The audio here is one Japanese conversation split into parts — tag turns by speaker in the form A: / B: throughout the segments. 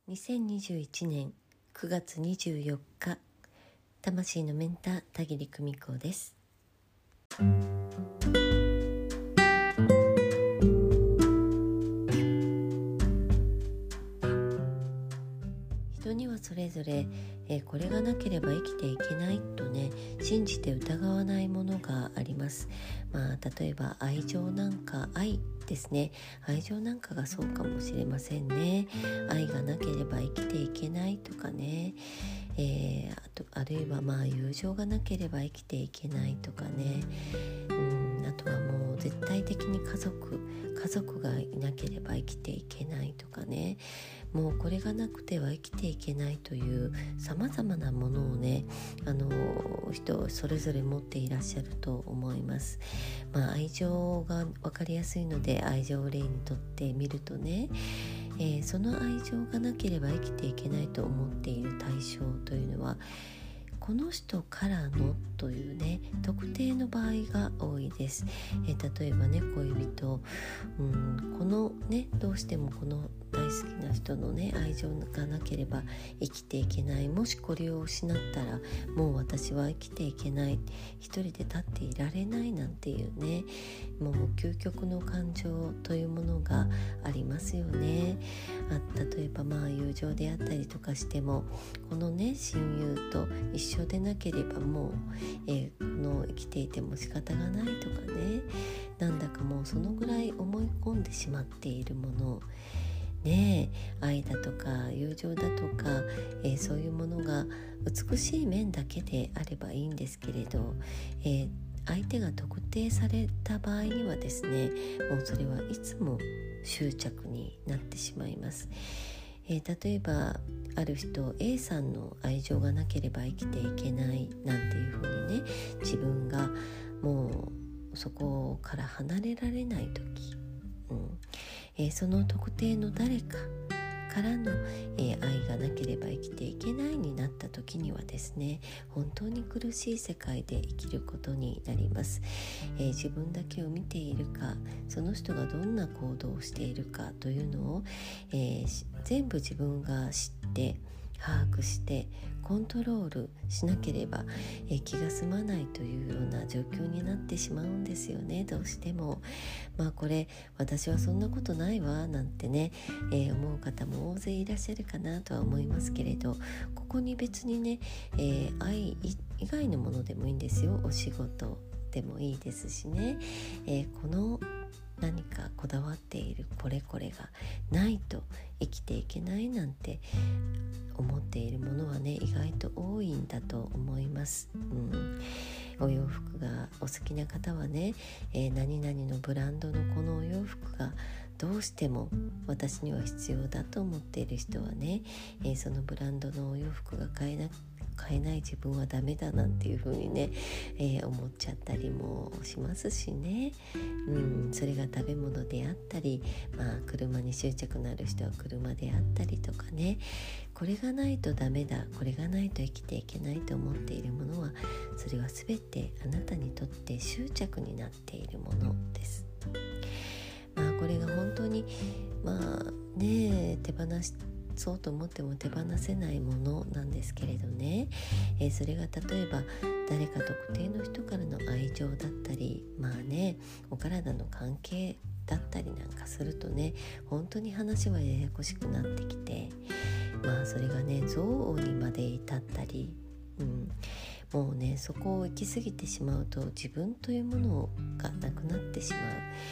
A: 2021年9月24日、魂のメンター田切久美子です。人にはそれぞれ、これがなければ生きていけないとね、信じて疑わないものがあります。例えば愛情なんか、愛ですね。愛情なんかがそうかもしれませんね。愛がなければ生きていけないとかね、あるいは友情がなければ生きていけないとかね、あとはもう絶対的に家族がいなければ生きていけないとかね、もうこれがなくては生きていけないというさまざまなものをね、人それぞれ持っていらっしゃると思います。愛情が分かりやすいので愛情を例にとってみるとね、その愛情がなければ生きていけないと思っている対象というのは、この人からのというね、特定の場合が多いです。例えばね、恋人、このね、どうしてもこの大好きな人のね、愛情がなければ生きていけない。もしこれを失ったらもう私は生きていけない、一人で立っていられないなんていうね、もう究極の感情というものがありますよね。例えば友情であったりとかしても、このね、親友と一緒でなければもう、この生きていても仕方がないとかね、なんだかもうそのぐらい思い込んでしまっているものね、愛だとか友情だとか、そういうものが美しい面だけであればいいんですけれど、相手が特定された場合にはですね、もうそれはいつも執着になってしまいます。例えばある人 A さんの愛情がなければ生きていけないなんていうふうにね、自分がもうそこから離れられない時、その特定の誰かからの、愛がなければ生きていけないになった時にはですね、本当に苦しい世界で生きることになります。自分だけを見ているか、その人がどんな行動をしているかというのを、全部自分が知って把握してコントロールしなければ、気が済まないというような状況になってしまうんですよね。どうしてもこれ私はそんなことないわなんてね、思う方も大勢いらっしゃるかなとは思いますけれど、ここに別にね、愛以外のものでもいいんですよ。お仕事でもいいですしね、この何かこだわっているこれがないと生きていけないなんて思っているものはね、意外と多いんだと思います。お洋服がお好きな方はね、何々のブランドのこのお洋服がどうしても私には必要だと思っている人はね、そのブランドのお洋服が買えない自分はダメだなんていう風にね、思っちゃったりもしますしね、それが食べ物であったり、車に執着のある人は車であったりとかね、これがないとダメだ、これがないと生きていけないと思っているものは、それは全てあなたにとって執着になっているものです。これが本当に手放そうと思っても手放せないものなんですけれどね、それが例えば誰か特定の人からの愛情だったり、お体の関係だったりなんかするとね、本当に話はややこしくなってきて、それがね、憎悪にまで至ったり、もうね、そこを行き過ぎてしまうと自分というものがなくなってしま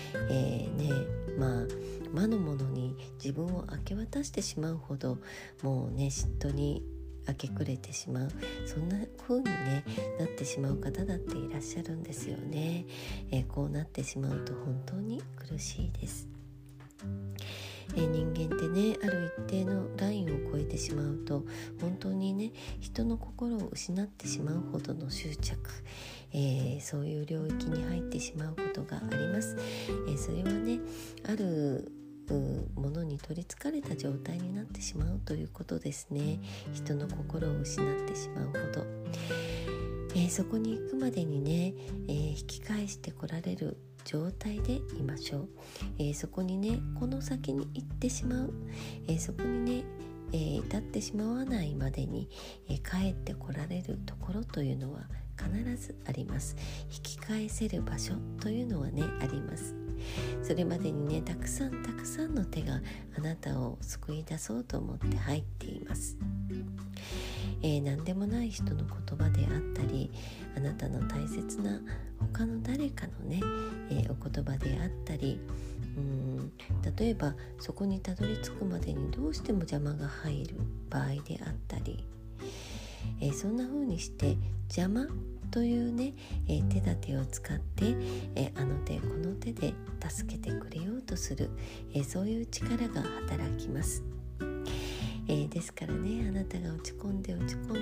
A: う、魔のものに自分を明け渡してしまうほど、もうね、嫉妬に明け暮れてしまう、そんな風にねなってしまう方だっていらっしゃるんですよね。こうなってしまうと本当に苦しいです。人間ってね、ある一定のラインを超えてしまうと本当にね、人の心を失ってしまうほどの執着、そういう領域に入ってしまうことがあります。それはね、あるものに取りつかれた状態になってしまうということですね。人の心を失ってしまうほど、そこに行くまでにね、引き返してこられる状態でいましょう。そこにね、この先に行ってしまう、そこにね至ってしまわないまでに、帰ってこられるところというのは必ずあります。引き返せる場所というのはねあります。それまでにねたくさんの手があなたを救い出そうと思って入っています。何でもない人の言葉であったり、あなたの大切な他の誰かのね、お言葉であったり、例えばそこにたどり着くまでにどうしても邪魔が入る場合であったり、そんな風にして邪魔というね、手立てを使って、あの手この手で助けてくれようとする、そういう力が働きます。ですからね、あなたが落ち込んで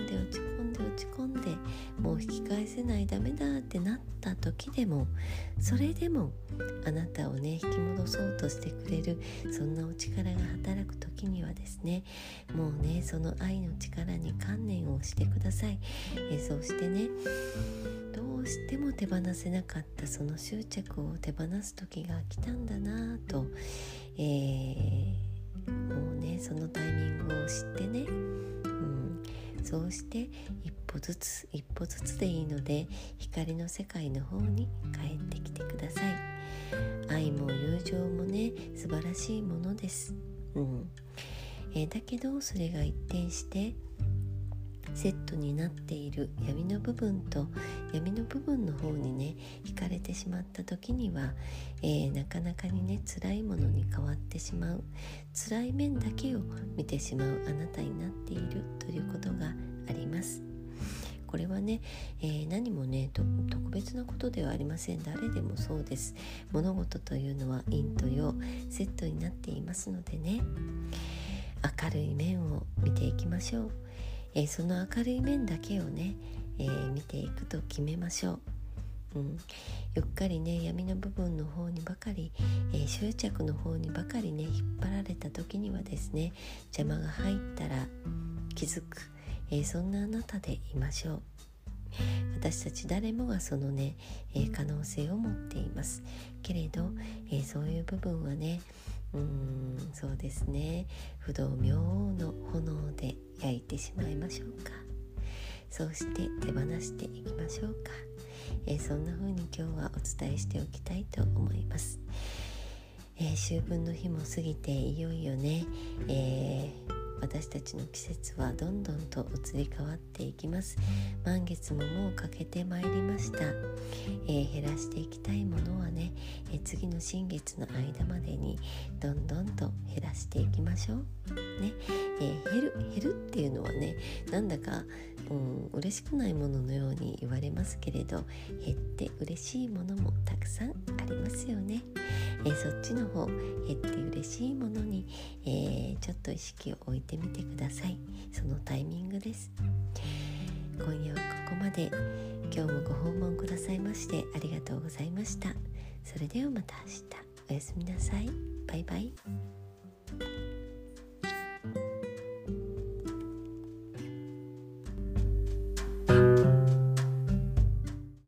A: もう引き返せない、ダメだってなった時でも、それでもあなたをね引き戻そうとしてくれる、そんなお力が働く時にはですね、もうねその愛の力に観念をしてください。そうしてね、どうしても手放せなかったその執着を手放す時が来たんだなと、もうねそのタイミングを知ってね、そうして一歩ずつでいいので光の世界の方に帰ってきてください。愛も友情もね素晴らしいものです。だけどそれが一転してセットになっている闇の部分と闇の部分の方にね惹かれてしまった時には、なかなかにね辛いものに変わってしまう、辛い面だけを見てしまうあなたになっているということがあります。これはね、何もね特別なことではありません。誰でもそうです。物事というのは陰と陽セットになっていますのでね、明るい面を見ていきましょう。その明るい面だけをね、見ていくと決めましょう。うっかりね闇の部分の方にばかり、執着の方にばかりね引っ張られた時にはですね、邪魔が入ったら気づく、そんなあなたでいましょう。私たち誰もがそのね、可能性を持っていますけれど、そういう部分はねそうですね、不動明王の炎で焼いてしまいましょうか。そうして手放していきましょうか。そんな風に今日はお伝えしておきたいと思います。秋分の日も過ぎていよいよね、私たちの季節はどんどんと移り変わっていきます。満月ももう欠けてまいりました。減らしていきたいものはね、次の新月の間までにどんどんと減らしていきましょうね。減るっていうのはね、なんだか嬉しくないもののように言われますけれど、減って嬉しいものもたくさんありますよね。そっちの方、減って嬉しいものに、ちょっと意識を置いてみてください。そのタイミングです。今夜はここまで。今日もご訪問くださいましてありがとうございました。それではまた明日。おやすみなさい。バイバイ。